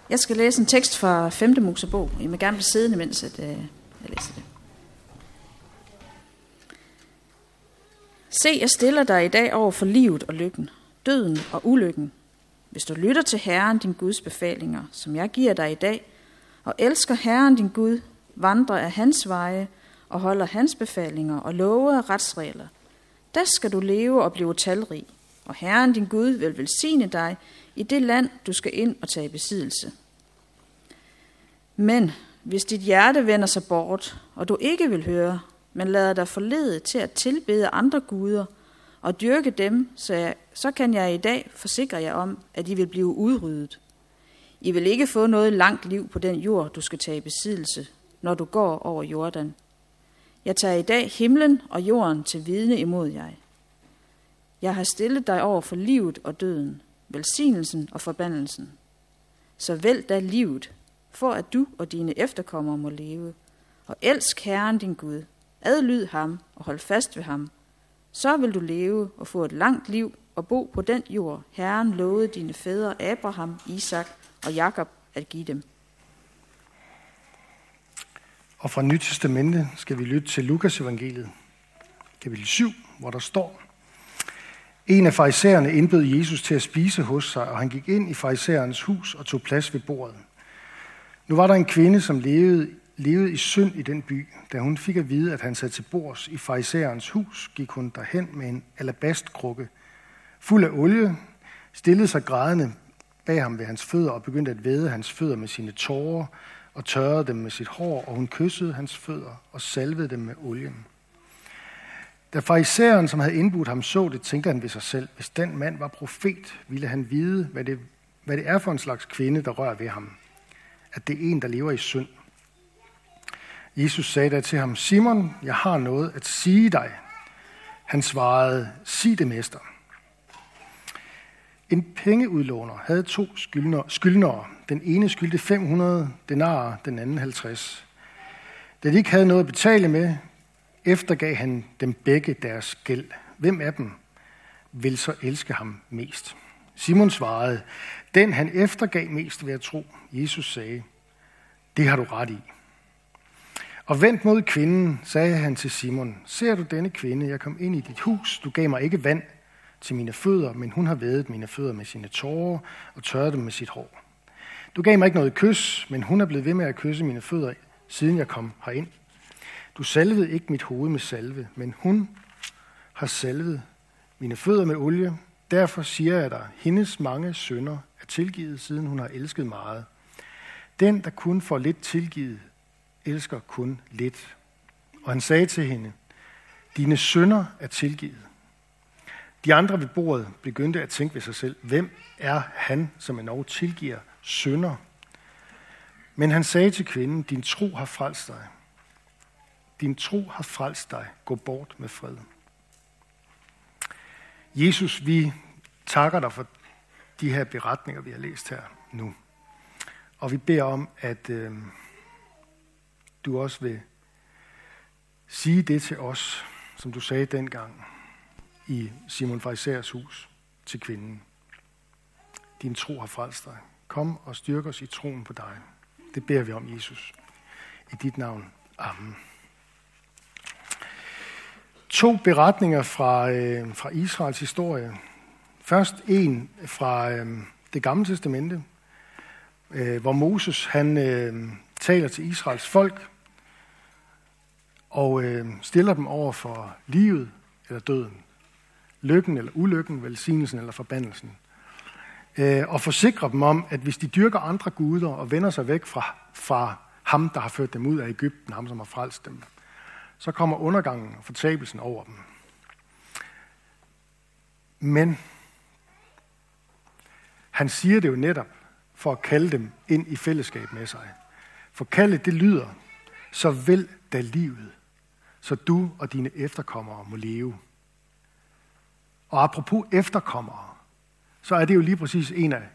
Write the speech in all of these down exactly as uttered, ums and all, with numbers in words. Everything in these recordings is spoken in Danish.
Jeg skal læse en tekst fra femte Mosebog. I må gerne blive siddende, mens at, øh, jeg læser det. Se, jeg stiller dig i dag over for livet og lykken, døden og ulykken. Hvis du lytter til Herren, din Guds befalinger, som jeg giver dig i dag, og elsker Herren, din Gud, vandrer af hans veje og holder hans befalinger og lover og retsregler, der skal du leve og blive talrig, og Herren, din Gud, vil velsigne dig i det land, du skal ind og tage i besiddelse. Men hvis dit hjerte vender sig bort, og du ikke vil høre, men lader dig forlede til at tilbede andre guder og dyrke dem, så, jeg, så kan jeg i dag forsikre jer om, at I vil blive udryddet. I vil ikke få noget langt liv på den jord, du skal tage i besiddelse, når du går over Jordan. Jeg tager i dag himlen og jorden til vidne imod jer. Jeg har stillet dig over for livet og døden, velsignelsen og forbandelsen. Så vælg da livet, for at du og dine efterkommere må leve, og elsk Herren din Gud. Adlyd ham og hold fast ved ham. Så vil du leve og få et langt liv og bo på den jord, Herren lovede dine fædre Abraham, Isak og Jakob at give dem. Og fra Nyt Testamente skal vi lytte til Lukas evangeliet, kapitel syv, hvor der står: En af farisæerne indbød Jesus til at spise hos sig, og han gik ind i farisæernes hus og tog plads ved bordet. Nu var der en kvinde, som levede, levede i synd i den by. Da hun fik at vide, at han sad til bords i farisæerens hus, gik hun derhen med en alabastkrukke fuld af olie, stillede sig grædende bag ham ved hans fødder og begyndte at væde hans fødder med sine tårer og tørrede dem med sit hår, og hun kyssede hans fødder og salvede dem med olien. Da farisæeren, som havde indbudt ham, så det, tænkte han ved sig selv: hvis den mand var profet, ville han vide, hvad det, hvad det er for en slags kvinde, der rører ved ham. At det er en, der lever i synd. Jesus sagde da til ham: Simon, jeg har noget at sige dig. Han svarede: sig det, mester. En pengeudlåner havde to skyldnere. Den ene skyldte fem hundrede denarer, den anden halvtreds. Da de ikke havde noget at betale med, eftergav han dem begge deres gæld. Hvem af dem vil så elske ham mest? Simon svarede: den han eftergav mest, vil jeg tro. Jesus sagde: det har du ret i. Og vendt mod kvinden, sagde han til Simon: ser du denne kvinde? Jeg kom ind i dit hus. Du gav mig ikke vand til mine fødder, men hun har vædet mine fødder med sine tårer og tørret dem med sit hår. Du gav mig ikke noget kys, men hun er blevet ved med at kysse mine fødder, siden jeg kom herind. Du salvede ikke mit hoved med salve, men hun har salvet mine fødder med olie. Derfor siger jeg dig, hendes mange synder er tilgivet, siden hun har elsket meget. Den, der kun får lidt tilgivet, elsker kun lidt. Og han sagde til hende: dine synder er tilgivet. De andre ved bordet begyndte at tænke ved sig selv: hvem er han, som endnu tilgiver synder? Men han sagde til kvinden: din tro har frelst dig. Din tro har frelst dig. Gå bort med fred. Jesus, vi takker dig for de her beretninger, vi har læst her nu. Og vi beder om, at øh, du også vil sige det til os, som du sagde dengang i Simon Farisæers hus til kvinden. Din tro har frelst dig. Kom og styrk os i troen på dig. Det beder vi om, Jesus. I dit navn. Amen. To beretninger fra, øh, fra Israels historie. Først en fra øh, det gamle testamente, øh, hvor Moses han øh, taler til Israels folk og øh, stiller dem over for livet eller døden, lykken eller ulykken, velsignelsen eller forbandelsen, øh, og forsikrer dem om, at hvis de dyrker andre guder og vender sig væk fra, fra ham, der har ført dem ud af Egypten, ham som har frelst dem, så kommer undergangen og fortabelsen over dem. Men han siger det jo netop for at kalde dem ind i fællesskab med sig. For kaldet det lyder: så vælg da livet, så du og dine efterkommere må leve. Og apropos efterkommere, så er det jo lige præcis en af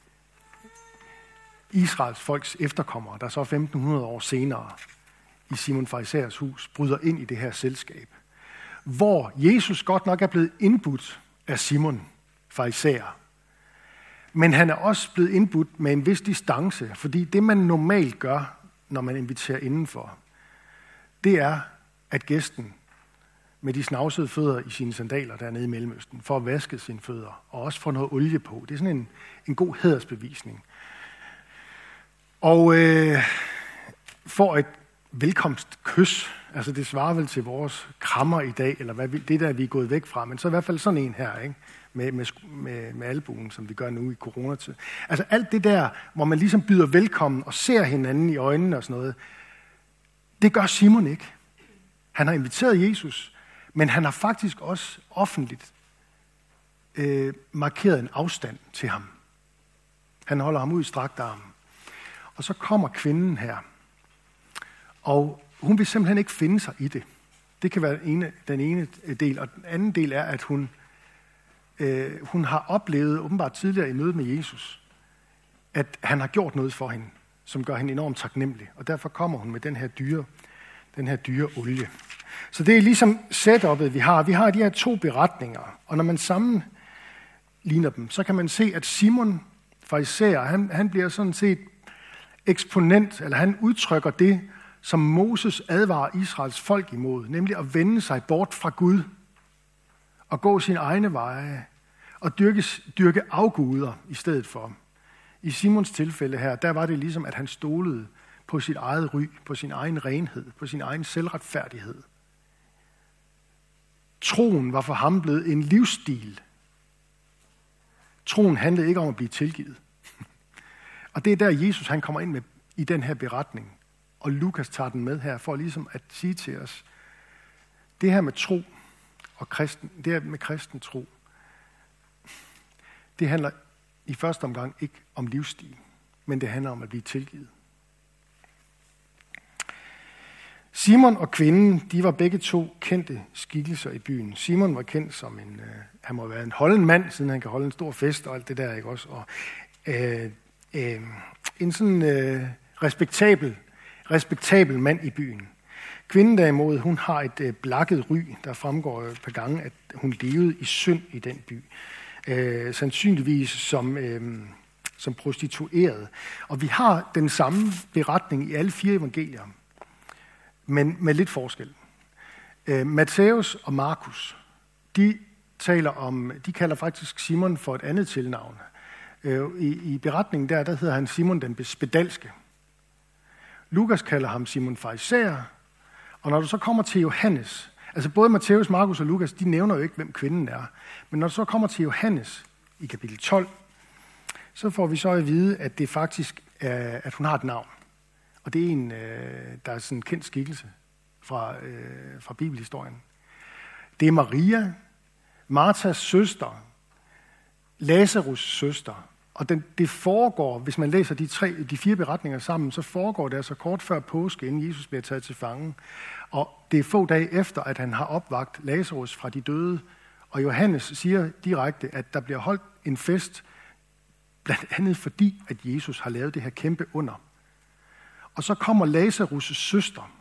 Israels folks efterkommere, der så femten hundrede år senere i Simon Farisæers hus bryder ind i det her selskab, hvor Jesus godt nok er blevet indbudt af Simon Farisæer, Men han er også blevet indbudt med en vis distance, fordi det, man normalt gør, når man inviterer indenfor, det er, at gæsten med de snavsede fødder i sine sandaler dernede i Mellemøsten, får vasket sine fødder, og også får noget olie på. Det er sådan en, en god hædersbevisning. Og øh, får et velkomstkys, altså det svarer vel til vores krammer i dag, eller hvad vi, det der, vi er gået væk fra, men så i hvert fald sådan en her, ikke? Med, med, med, med albuen, som vi gør nu i coronatid. Altså alt det der, hvor man ligesom byder velkommen og ser hinanden i øjnene og sådan noget, det gør Simon ikke. Han har inviteret Jesus, men han har faktisk også offentligt øh, markeret en afstand til ham. Han holder ham ud i strakt arm. Og så kommer kvinden her, og hun vil simpelthen ikke finde sig i det. Det kan være den ene, den ene del, og den anden del er, at hun, øh, hun har oplevet, åbenbart tidligere i mødet med Jesus, at han har gjort noget for hende, som gør hende enormt taknemmelig. Og derfor kommer hun med den her dyre, den her dyre olie. Så det er ligesom setupet, vi har. Vi har de her to beretninger, og når man sammenligner dem, så kan man se, at Simon, farisæer, han, han bliver sådan set eksponent, eller han udtrykker det, som Moses advarer Israels folk imod, nemlig at vende sig bort fra Gud, og gå sine egne veje, og dyrke, dyrke afguder i stedet for. I Simons tilfælde her, der var det ligesom, at han stolede på sit eget ry, på sin egen renhed, på sin egen selvretfærdighed. Troen var for ham blevet en livsstil. Troen handlede ikke om at blive tilgivet. Og det er der, Jesus han kommer ind med i den her beretning. Og Lukas tager den med her, for ligesom at sige til os, det her med tro og kristen, det her med kristen tro, det handler i første omgang ikke om livsstil, men det handler om at blive tilgivet. Simon og kvinden, de var begge to kendte skikkelser i byen. Simon var kendt som en, øh, han må være en holden mand, siden han kan holde en stor fest og alt det der, ikke også? Og øh, øh, en sådan øh, respektabel, respektabel mand i byen. Kvinden derimod, hun har et øh, blakket ry, der fremgår et par gange, at hun levede i synd i den by. Øh, sandsynligvis som, øh, som prostitueret. Og vi har den samme beretning i alle fire evangelier, men med lidt forskel. Øh, Matthæus og Markus, de taler om, de kalder faktisk Simon for et andet tilnavn. Øh, i, I beretningen der, der hedder han Simon den spedalske. Lukas kalder ham Simon farisæer, og når du så kommer til Johannes, altså både Matthæus, Markus og Lukas, de nævner jo ikke, hvem kvinden er, men når du så kommer til Johannes i kapitel tolv, så får vi så at vide, at det faktisk er, at hun har et navn. Og det er en, der er sådan en kendt skikkelse fra, øh, fra bibelhistorien. Det er Maria, Martas søster, Lazarus' søster. Og den, det foregår, hvis man læser de, tre, de fire beretninger sammen, så foregår det altså kort før påske, inden Jesus bliver taget til fange. Og det er få dage efter, at han har opvagt Lazarus fra de døde. Og Johannes siger direkte, at der bliver holdt en fest, blandt andet fordi, at Jesus har lavet det her kæmpe under. Og så kommer Lazarus' søster,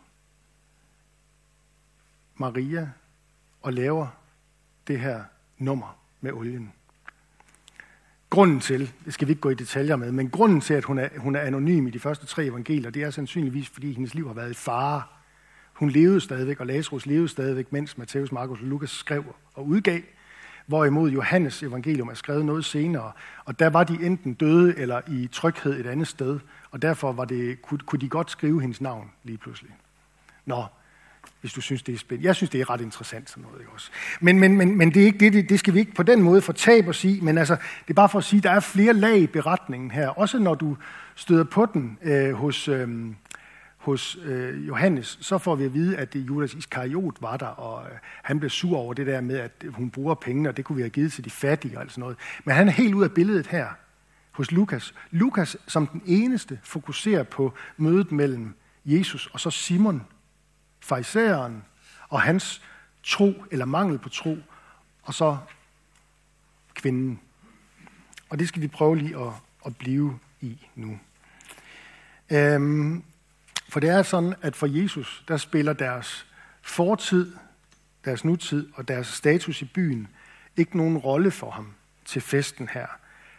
Maria, og laver det her nummer med olien. Grunden til, det skal vi ikke gå i detaljer med, men grunden til, at hun er, hun er anonym i de første tre evangelier, det er sandsynligvis, fordi hendes liv har været i fare. Hun levede stadigvæk, og Lazarus levede stadigvæk, mens Matthæus, Markus og Lukas skrev og udgav, hvorimod Johannes evangelium er skrevet noget senere, og der var de enten døde eller i tryghed et andet sted, og derfor var det, kunne, kunne de godt skrive hendes navn lige pludselig. Nå, hvis du synes, det er spændende. Jeg synes, det er ret interessant sådan noget, ikke også? Men, men, men, men det, er ikke det, det skal vi ikke på den måde fortabe os i, men altså, det er bare for at sige, at der er flere lag i beretningen her, også når du støder på den øh, hos, øh, hos øh, Johannes, så får vi at vide, at Judas Iskariot var der, og øh, han blev sur over det der med, at hun bruger penge, og det kunne vi have givet til de fattige og alt sådan noget. Men han er helt ud af billedet her hos Lukas. Lukas som den eneste fokuserer på mødet mellem Jesus og så Simon, farisæeren, og hans tro eller mangel på tro, og så kvinden. Og det skal vi prøve lige at, at blive i nu. Øhm, for det er sådan, at for Jesus, der spiller deres fortid, deres nutid og deres status i byen ikke nogen rolle for ham til festen her.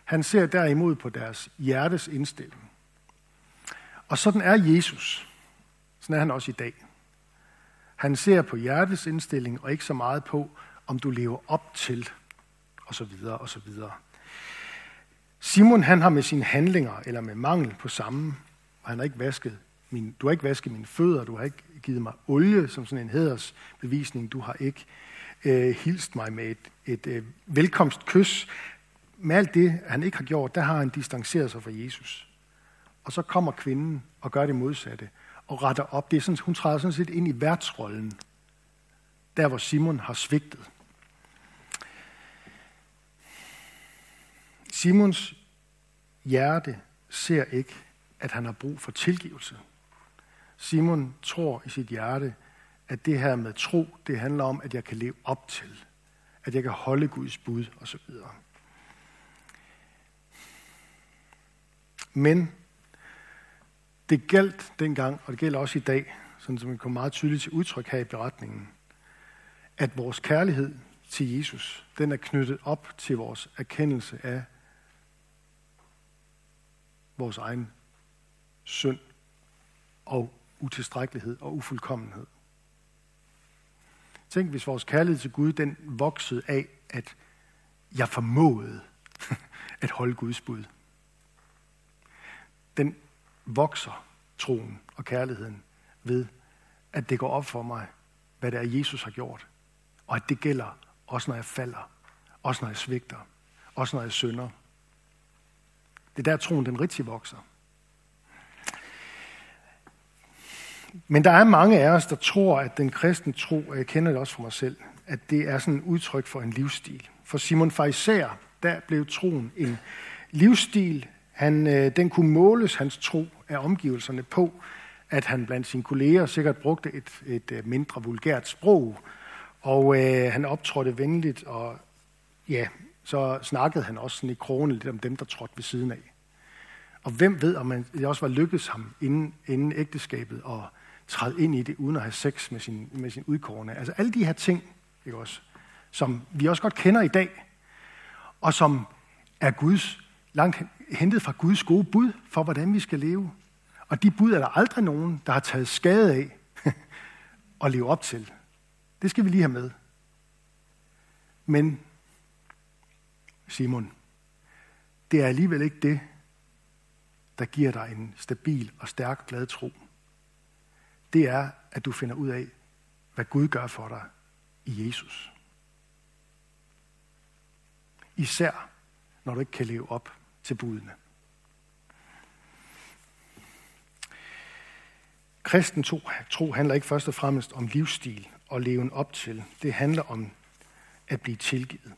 Han ser derimod på deres hjertes indstilling. Og sådan er Jesus. Sådan er han også i dag. Han ser på hjertets indstilling, og ikke så meget på, om du lever op til, og så videre, og så videre. Simon, han har med sine handlinger, eller med mangel på samme, og han har ikke vasket min, du har ikke vasket mine fødder, du har ikke givet mig olie som sådan en hædersbevisning, du har ikke øh, hilst mig med et, et øh, velkomstkys. Med alt det, han ikke har gjort, der har han distanceret sig fra Jesus. Og så kommer kvinden og gør det modsatte, og retter op. Det er sådan, hun træder sådan set ind i værtsrollen, der hvor Simon har svigtet. Simons hjerte ser ikke, at han har brug for tilgivelse. Simon tror i sit hjerte, at det her med tro, det handler om, at jeg kan leve op til, at jeg kan holde Guds bud osv. Men det galt dengang, og det gælder også i dag, sådan som det kommer meget tydeligt til udtryk her i beretningen, at vores kærlighed til Jesus, den er knyttet op til vores erkendelse af vores egen synd og utilstrækkelighed og ufuldkommenhed. Tænk, hvis vores kærlighed til Gud, den voksede af, at jeg formåede at holde Guds bud. Den vokser troen og kærligheden ved, at det går op for mig, hvad det er, Jesus har gjort. Og at det gælder også, når jeg falder. Også, når jeg svigter. Også, når jeg synder. Det er der, troen den rigtig vokser. Men der er mange af os, der tror, at den kristne tro, og jeg kender det også for mig selv, at det er sådan et udtryk for en livsstil. For Simon Farisæer, der blev troen en livsstil. Han, den kunne måles, hans tro, af omgivelserne på, at han blandt sine kolleger sikkert brugte et, et mindre vulgært sprog, og øh, han optrådte venligt, og ja, så snakkede han også sådan i krogene lidt om dem, der trådte ved siden af. Og hvem ved, om man, det også var lykkedes ham inden, inden ægteskabet at træde ind i det, uden at have sex med sin, med sin udkårne. Altså alle de her ting, ikke også, som vi også godt kender i dag, og som er Guds, langt hentet fra Guds gode bud for, hvordan vi skal leve. Og de bud er der aldrig nogen, der har taget skade af at leve op til. Det skal vi lige have med. Men, Simon, det er alligevel ikke det, der giver dig en stabil og stærk, glad tro. Det er, at du finder ud af, hvad Gud gør for dig i Jesus. Især, når du ikke kan leve op til budene. Kristen tro, tro handler ikke først og fremmest om livsstil og leven op til. Det handler om at blive tilgivet.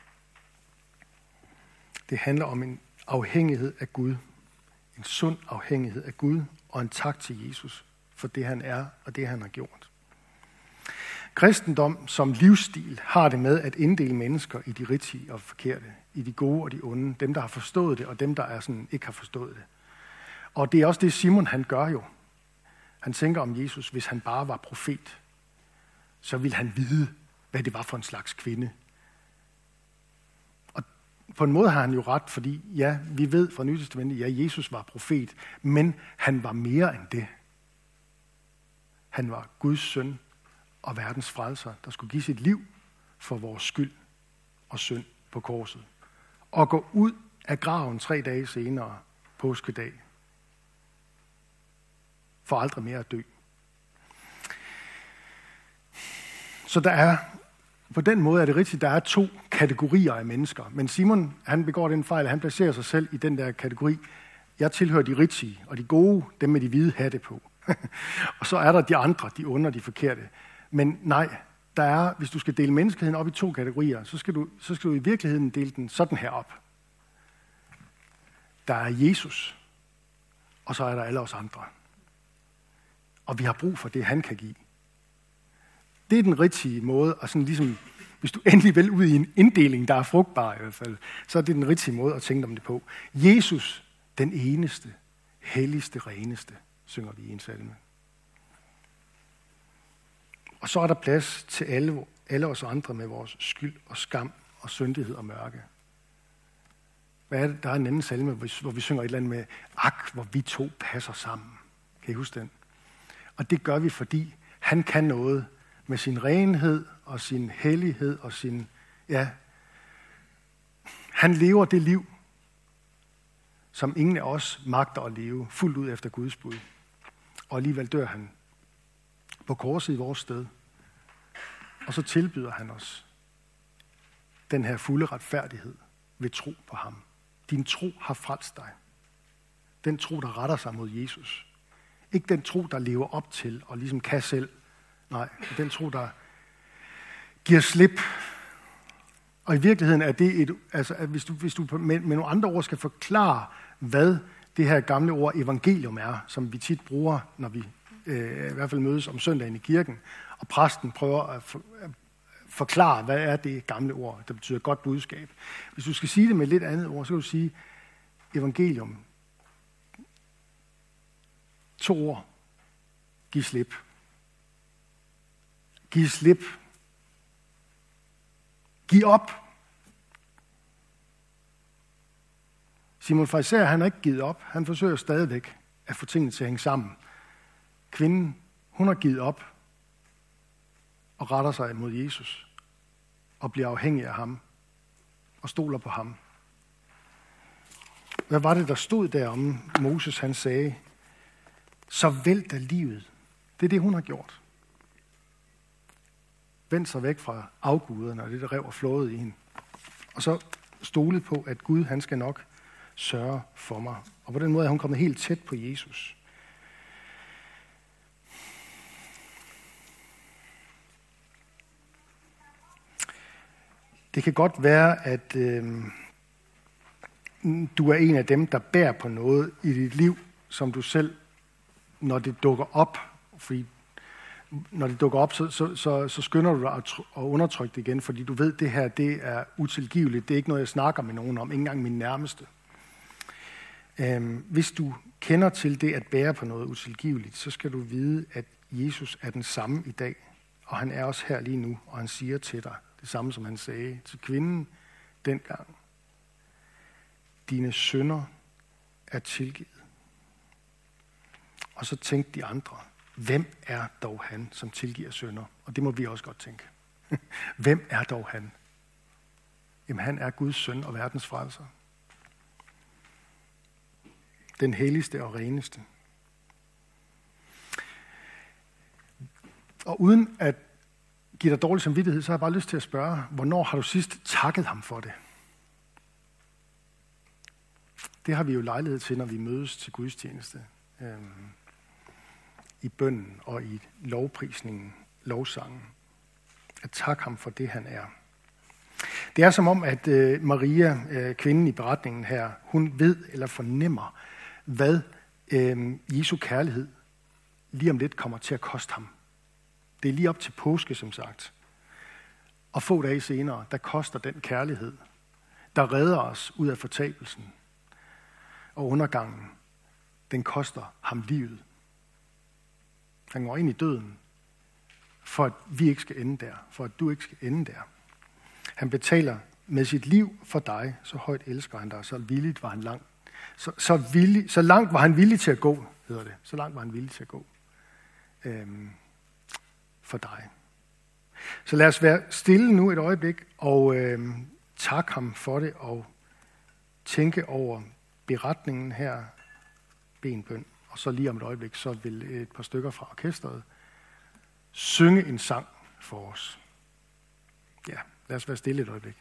Det handler om en afhængighed af Gud. En sund afhængighed af Gud og en tak til Jesus for det, han er og det, han har gjort. Kristendom som livsstil har det med at inddele mennesker i de rigtige og forkerte, i de gode og de onde, dem, der har forstået det og dem, der er sådan, ikke har forstået det. Og det er også det, Simon han gør jo. Han tænker om Jesus, hvis han bare var profet, så ville han vide, hvad det var for en slags kvinde. Og på en måde har han jo ret, fordi ja, vi ved fra Nye Testamentet, ja, Jesus var profet, men han var mere end det. Han var Guds søn og verdens frelser, der skulle give sit liv for vores skyld og synd på korset. Og gå ud af graven tre dage senere, påskedag, for aldrig mere at dø. Så der er, på den måde er det rigtigt, der er to kategorier af mennesker. Men Simon, han begår den fejl, at han placerer sig selv i den der kategori. Jeg tilhører de rigtige, og de gode, dem med de hvide hatte på. Og så er der de andre, de onde og de forkerte. Men nej, der er, hvis du skal dele menneskeheden op i to kategorier, så skal du, så skal du i virkeligheden dele den sådan her op. Der er Jesus, og så er der alle os andre. Og vi har brug for det, han kan give. Det er den rigtige måde, og sådan ligesom, hvis du endelig vil ud i en inddeling, der er frugtbar i hvert fald, så er det den rigtige måde at tænke om det på. Jesus, den eneste, helligste, reneste, synger vi i en salme. Og så er der plads til alle, alle os andre med vores skyld og skam og syndighed og mørke. Hvad er det? Der er en anden salme, hvor vi synger et eller andet med, ak, hvor vi to passer sammen. Kan I huske den? Og det gør vi, fordi han kan noget med sin renhed og sin hellighed og sin, ja, han lever det liv, som ingen af os magter at leve, fuldt ud efter Guds bud. Og alligevel dør han på korset i vores sted. Og så tilbyder han os den her fulde retfærdighed ved tro på ham. Din tro har frelst dig. Den tro, der retter sig mod Jesus. Ikke den tro, der lever op til og ligesom kan selv. Nej, den tro, der giver slip. Og i virkeligheden er det et, altså at hvis du, hvis du med, med nogle andre ord skal forklare, hvad det her gamle ord evangelium er, som vi tit bruger, når vi øh, i hvert fald mødes om søndagen i kirken, og præsten prøver at, for, at forklare, hvad er det gamle ord, der betyder godt budskab. Hvis du skal sige det med lidt andet ord, så kan du sige evangelium. To ord. Giv slip. Giv slip. Giv op. Simon Farisæer, han har ikke givet op. Han forsøger stadigvæk at få tingene til at hænge sammen. Kvinden, hun har givet op og retter sig mod Jesus og bliver afhængig af ham og stoler på ham. Hvad var det, der stod der om Moses? Han sagde, så vælg da livet. Det er det, hun har gjort. Vend sig væk fra afguderne og det, der rev og flåede i hende. Og så stolet på, at Gud, han skal nok sørge for mig. Og på den måde er hun kommet helt tæt på Jesus. Det kan godt være, at øh, du er en af dem, der bærer på noget i dit liv, som du selv, når det dukker op, fordi når det dukker op, så, så, så, så skynder du dig at, at undertrykke det igen, fordi du ved, at det her det er utilgiveligt. Det er ikke noget, jeg snakker med nogen om, ikke engang min nærmeste. Øhm, hvis du kender til det at bære på noget utilgiveligt, så skal du vide, at Jesus er den samme i dag, og han er også her lige nu, og han siger til dig det samme, som han sagde til kvinden dengang. Dine synder er tilgivet. Og så tænkte de andre, hvem er dog han, som tilgiver synder? Og det må vi også godt tænke. Hvem er dog han? Jamen han er Guds søn og verdens frelser. Den helligste og reneste. Og uden at give dig dårlig samvittighed, så har jeg bare lyst til at spørge, hvornår har du sidst takket ham for det? Det har vi jo lejlighed til, når vi mødes til gudstjeneste. Øhm, I bønnen og i lovprisningen, lovsangen. At takke ham for det, han er. Det er som om, at øh, Maria, øh, kvinden i beretningen her, hun ved eller fornemmer, hvad øh, Jesu kærlighed lige om lidt kommer til at koste ham. Det er lige op til påske, som sagt. Og få dage senere, der koster den kærlighed, der redder os ud af fortabelsen og undergangen, den koster ham livet. Han går ind i døden, for at vi ikke skal ende der, for at du ikke skal ende der. Han betaler med sit liv for dig, så højt elsker han dig, så villigt var han lang. Så, så, villig, så langt var han villig til at gå, hedder det. Så langt var han villig til at gå øhm, for dig. Så lad os være stille nu et øjeblik og øhm, takke ham for det og tænke over beretningen her, benbøn. Og så lige om et øjeblik, så vil et par stykker fra orkestret synge en sang for os. Ja, lad os være stille et øjeblik.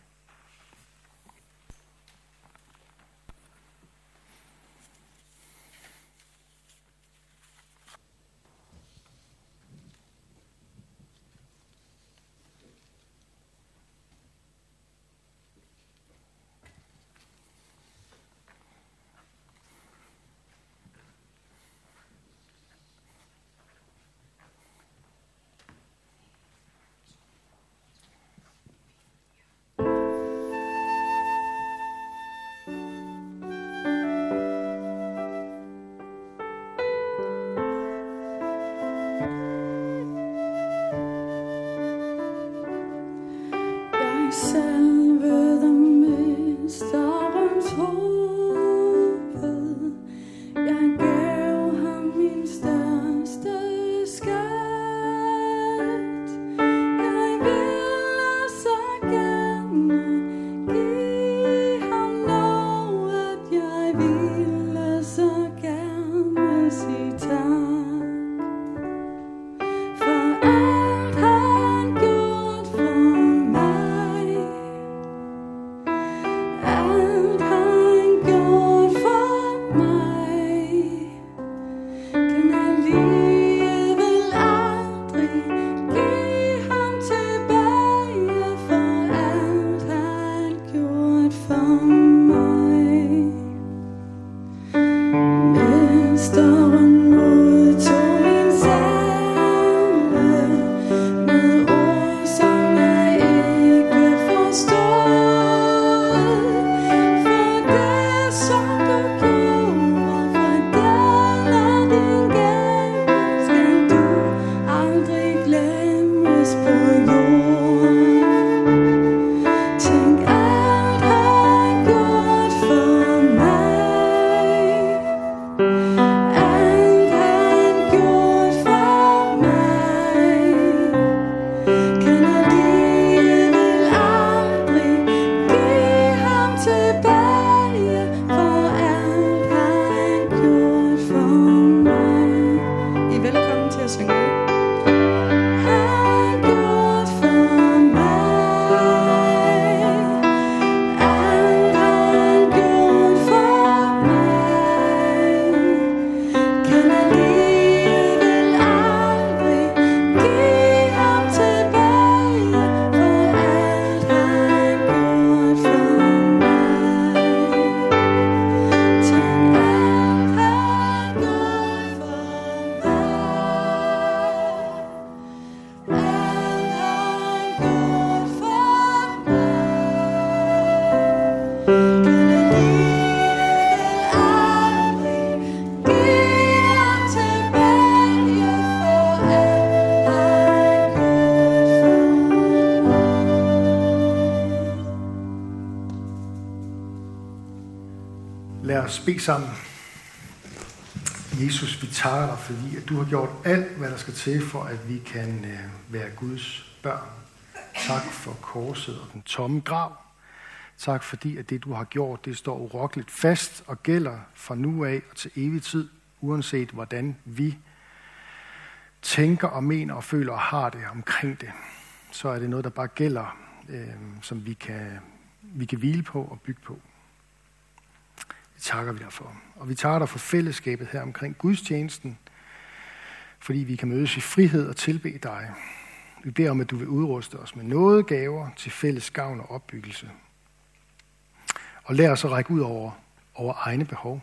os bede sammen. Jesus, vi takker dig, fordi at du har gjort alt, hvad der skal til, for at vi kan øh, være Guds børn. Tak for korset og den tomme grav. Tak fordi, at det du har gjort, det står urokkeligt fast og gælder fra nu af og til evig tid, uanset hvordan vi tænker og mener og føler og har det omkring det. Så er det noget, der bare gælder, øh, som vi kan, vi kan hvile på og bygge på. Det takker vi dig for. Og vi takker dig for fællesskabet her omkring gudstjenesten, fordi vi kan mødes i frihed og tilbede dig. Vi beder om, at du vil udruste os med nådegaver til fælles gavn og opbyggelse. Og lær os at række ud over, over egne behov.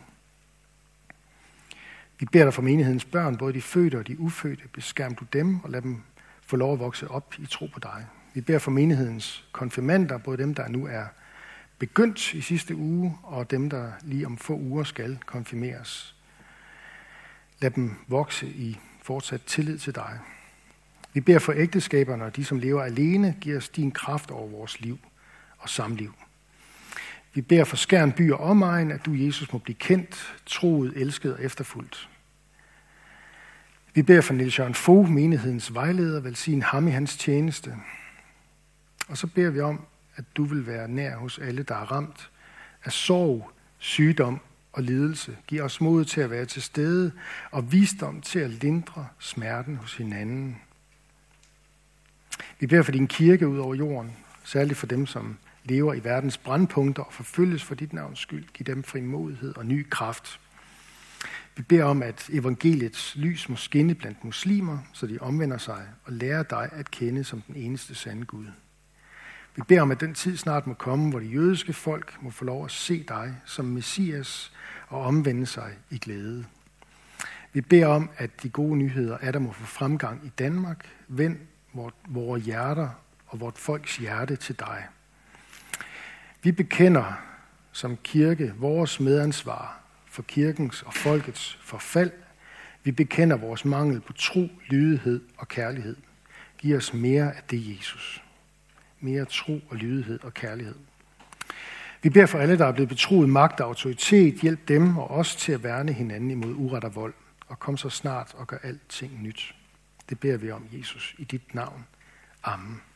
Vi beder dig for menighedens børn, både de fødte og de ufødte. Beskærm du dem og lad dem få lov at vokse op i tro på dig. Vi beder for menighedens konfirmander, både dem, der nu er begyndt i sidste uge, og dem, der lige om få uger skal konfirmeres. Lad dem vokse i fortsat tillid til dig. Vi beder for ægteskaberne og de, som lever alene, giver os din kraft over vores liv og samliv. Vi beder for Skjern by og omegn, at du, Jesus, må blive kendt, troet, elsket og efterfulgt. Vi beder for Niels Jørgen Fogh, menighedens vejleder, velsign ham i hans tjeneste. Og så beder vi om, at du vil være nær hos alle, der er ramt af sorg, sygdom og lidelse. Giv os mod til at være til stede og visdom til at lindre smerten hos hinanden. Vi beder for din kirke ud over jorden, særligt for dem, som lever i verdens brandpunkter og forfølges for dit navns skyld. Giv dem frimodighed og ny kraft. Vi beder om, at evangeliets lys må skinne blandt muslimer, så de omvender sig og lærer dig at kende som den eneste sande Gud. Vi beder om, at den tid snart må komme, hvor de jødiske folk må få lov at se dig som Messias og omvende sig i glæde. Vi beder om, at de gode nyheder er der må få fremgang i Danmark. Vend vores hjerter og vort folks hjerte til dig. Vi bekender som kirke vores medansvar for kirkens og folkets forfald. Vi bekender vores mangel på tro, lydighed og kærlighed. Giv os mere af det, Jesus. Mere tro og lydighed og kærlighed. Vi beder for alle, der er blevet betroet magt og autoritet. Hjælp dem og os til at værne hinanden imod uret og vold. Og kom så snart og gør alting nyt. Det beder vi om, Jesus, i dit navn. Amen.